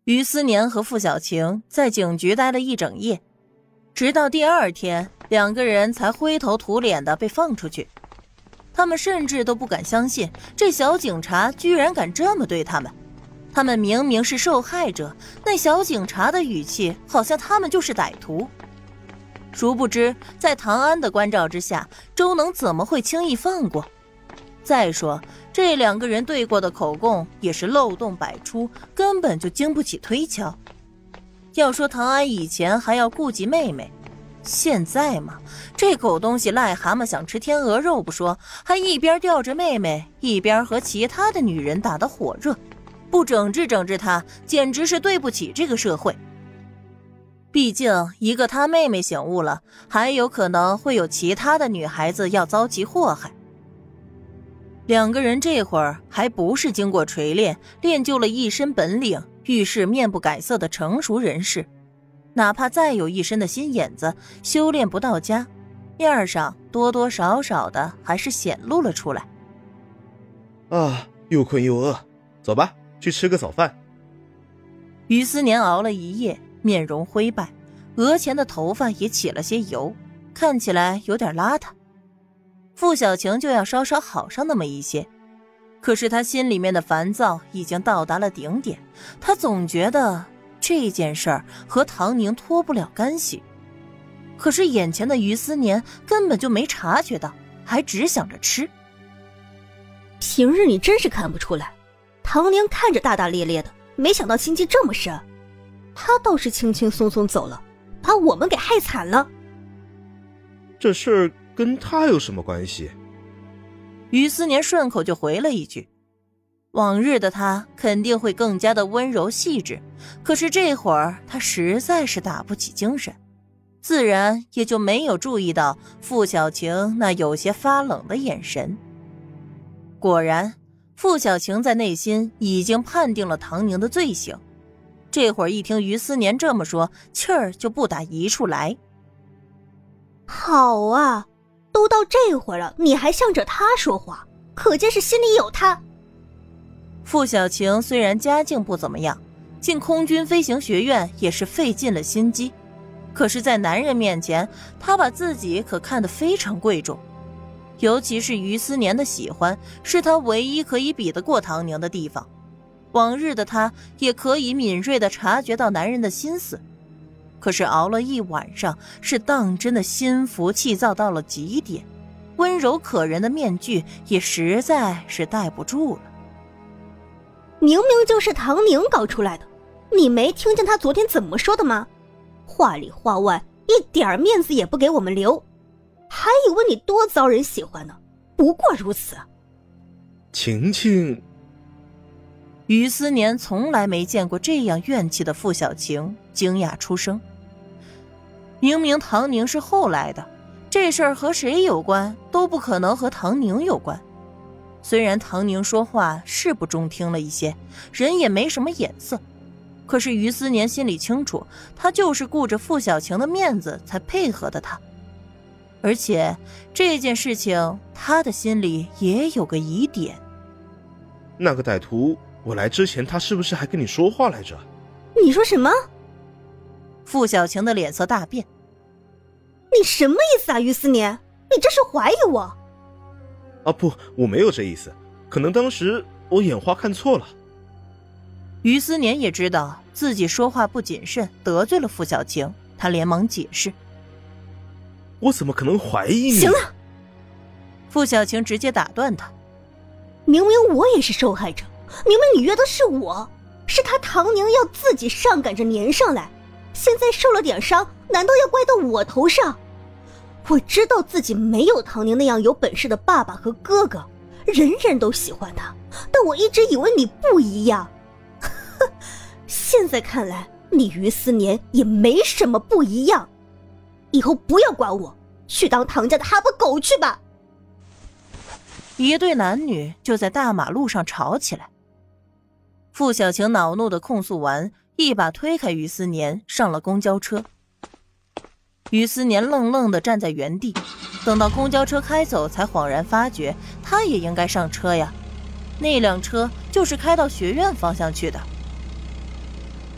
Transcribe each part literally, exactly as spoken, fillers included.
于思年和傅小晴在警局待了一整夜，直到第二天，两个人才灰头土脸地被放出去。他们甚至都不敢相信，这小警察居然敢这么对他们。他们明明是受害者，那小警察的语气好像他们就是歹徒。殊不知，在唐安的关照之下，周能怎么会轻易放过？再说，这两个人对过的口供也是漏洞百出，根本就经不起推敲。要说唐安以前还要顾及妹妹，现在嘛，这狗东西癞蛤蟆想吃天鹅肉不说，还一边吊着妹妹，一边和其他的女人打得火热，不整治整治他，简直是对不起这个社会。毕竟一个他妹妹醒悟了，还有可能会有其他的女孩子要遭其祸害。两个人这会儿还不是经过锤炼，练就了一身本领，遇事面不改色的成熟人士，哪怕再有一身的心眼子，修炼不到家，面上多多少少的还是显露了出来。 啊，又困又饿，走吧，去吃个早饭。 于思年熬了一夜，面容灰败，额前的头发也起了些油，看起来有点邋遢。傅小晴就要稍稍好上那么一些，可是她心里面的烦躁已经到达了顶点，她总觉得这件事儿和唐宁脱不了干系。可是眼前的于思年根本就没察觉到，还只想着吃。 平日你真是看不出来，唐宁看着大大咧咧的，没想到心机这么深。他倒是轻轻松松走了，把我们给害惨了。 这事儿跟他有什么关系？ 于思年顺口就回了一句。往日的他肯定会更加的温柔细致，可是这会儿他实在是打不起精神，自然也就没有注意到傅小晴那有些发冷的眼神。果然，傅小晴在内心已经判定了唐宁的罪行，这会儿一听于思年这么说，气儿就不打一处来。 好啊，都到这会儿了，你还向着他说话，可见是心里有他。 傅小晴虽然家境不怎么样，进空军飞行学院也是费尽了心机，可是在男人面前，她把自己可看得非常贵重。尤其是于思年的喜欢，是她唯一可以比得过唐宁的地方。往日的她也可以敏锐地察觉到男人的心思，可是熬了一晚上，是当真的心浮气躁到了极点，温柔可人的面具也实在是戴不住了。 明明就是唐宁搞出来的，你没听见他昨天怎么说的吗？话里话外一点面子也不给我们留，还以为你多遭人喜欢呢，不过如此。 晴晴， 于思年从来没见过这样怨气的傅小晴，惊讶出声。明明唐宁是后来的，这事儿和谁有关都不可能和唐宁有关。虽然唐宁说话是不中听了一些，人也没什么眼色，可是于思年心里清楚，他就是顾着傅小晴的面子才配合的他。而且这件事情他的心里也有个疑点。 那个歹徒，我来之前他是不是还跟你说话来着？ 你说什么？ 傅小晴的脸色大变。 你什么意思啊，于思年？你这是怀疑我？ 啊不，我没有这意思，可能当时我眼花看错了。 于思年也知道自己说话不谨慎，得罪了傅小晴，他连忙解释。 我怎么可能怀疑你？ 行了， 傅小晴直接打断他。 明明我也是受害者，明明你约的是我，是他唐宁要自己上赶着粘上来，现在受了点伤，难道要怪到我头上？我知道自己没有唐宁那样有本事的爸爸和哥哥，人人都喜欢他，但我一直以为你不一样。现在看来，你于思年也没什么不一样。以后不要管我，去当唐家的哈巴狗去吧。 一对男女就在大马路上吵起来。傅小晴恼怒地控诉完，一把推开于思年，上了公交车。于思年愣愣地站在原地，等到公交车开走，才恍然发觉他也应该上车呀。那辆车就是开到学院方向去的。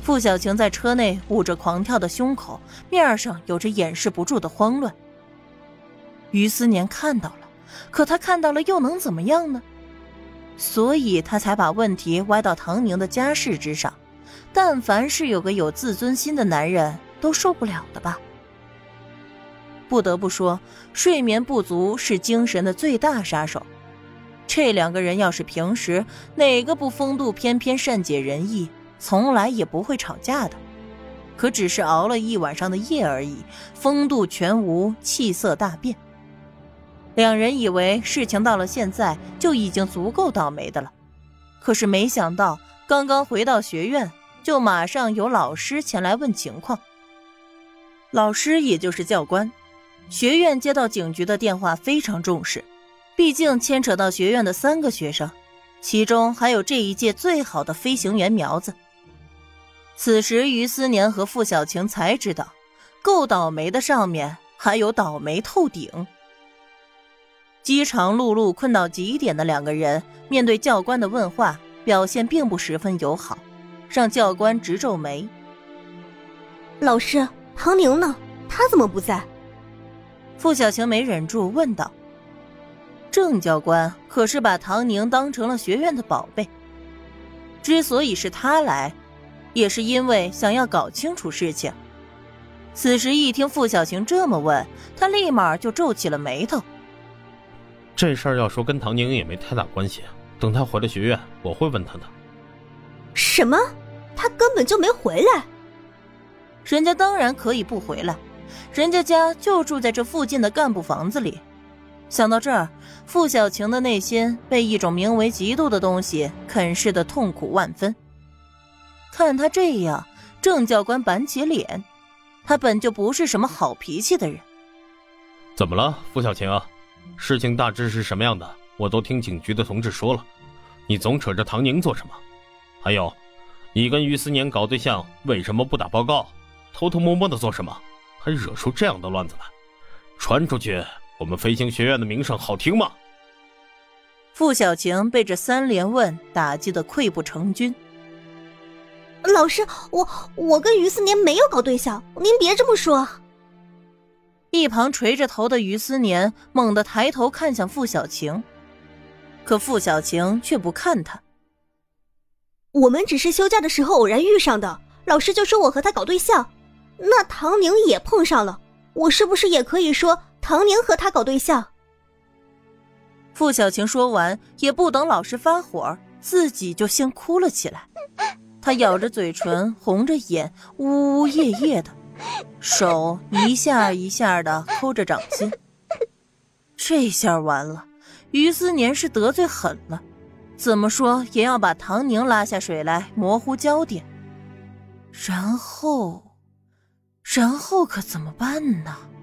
傅小晴在车内捂着狂跳的胸口，面上有着掩饰不住的慌乱。于思年看到了，可他看到了又能怎么样呢？所以他才把问题歪到唐宁的家事之上，但凡是有个有自尊心的男人都受不了的吧。不得不说，睡眠不足是精神的最大杀手。这两个人要是平时哪个不风度翩翩善解人意，从来也不会吵架的，可只是熬了一晚上的夜而已，风度全无，气色大变。两人以为事情到了现在就已经足够倒霉的了，可是没想到刚刚回到学院，就马上有老师前来问情况。老师也就是教官，学院接到警局的电话非常重视，毕竟牵扯到学院的三个学生，其中还有这一届最好的飞行员苗子。此时于思年和傅小晴才知道，够倒霉的上面还有倒霉透顶。饥肠辘辘困到极点的两个人面对教官的问话，表现并不十分友好，让教官直皱眉。 老师，唐宁呢？他怎么不在？ 傅小晴没忍住问道。郑教官可是把唐宁当成了学院的宝贝，之所以是他来，也是因为想要搞清楚事情。此时一听傅小晴这么问，他立马就皱起了眉头。 这事儿要说跟唐宁也没太大关系，等他回了学院，我会问他的。 什么？他根本就没回来？ 人家当然可以不回来，人家家就住在这附近的干部房子里。想到这儿，傅小晴的内心被一种名为嫉妒的东西啃噬得痛苦万分。看他这样，郑教官板起脸，他本就不是什么好脾气的人。 怎么了，傅小晴啊？事情大致是什么样的，我都听警局的同志说了，你总扯着唐宁做什么？还有，你跟于思年搞对象，为什么不打报告？偷偷摸摸的做什么？还惹出这样的乱子来，传出去，我们飞行学院的名声好听吗？ 傅小晴被这三连问打击得溃不成军。 老师，我我跟于思年没有搞对象，您别这么说。 一旁垂着头的于思年猛地抬头看向傅小晴，可傅小晴却不看他。 我们只是休假的时候偶然遇上的，老师就说我和他搞对象，那唐宁也碰上了，我是不是也可以说唐宁和他搞对象？ 傅小晴说完，也不等老师发火，自己就先哭了起来。她咬着嘴唇，红着眼，呜呜咽咽的，手一下一下的抠着掌心。这下完了，于思年是得罪狠了，怎么说也要把唐宁拉下水来模糊焦点。然后然后可怎么办呢？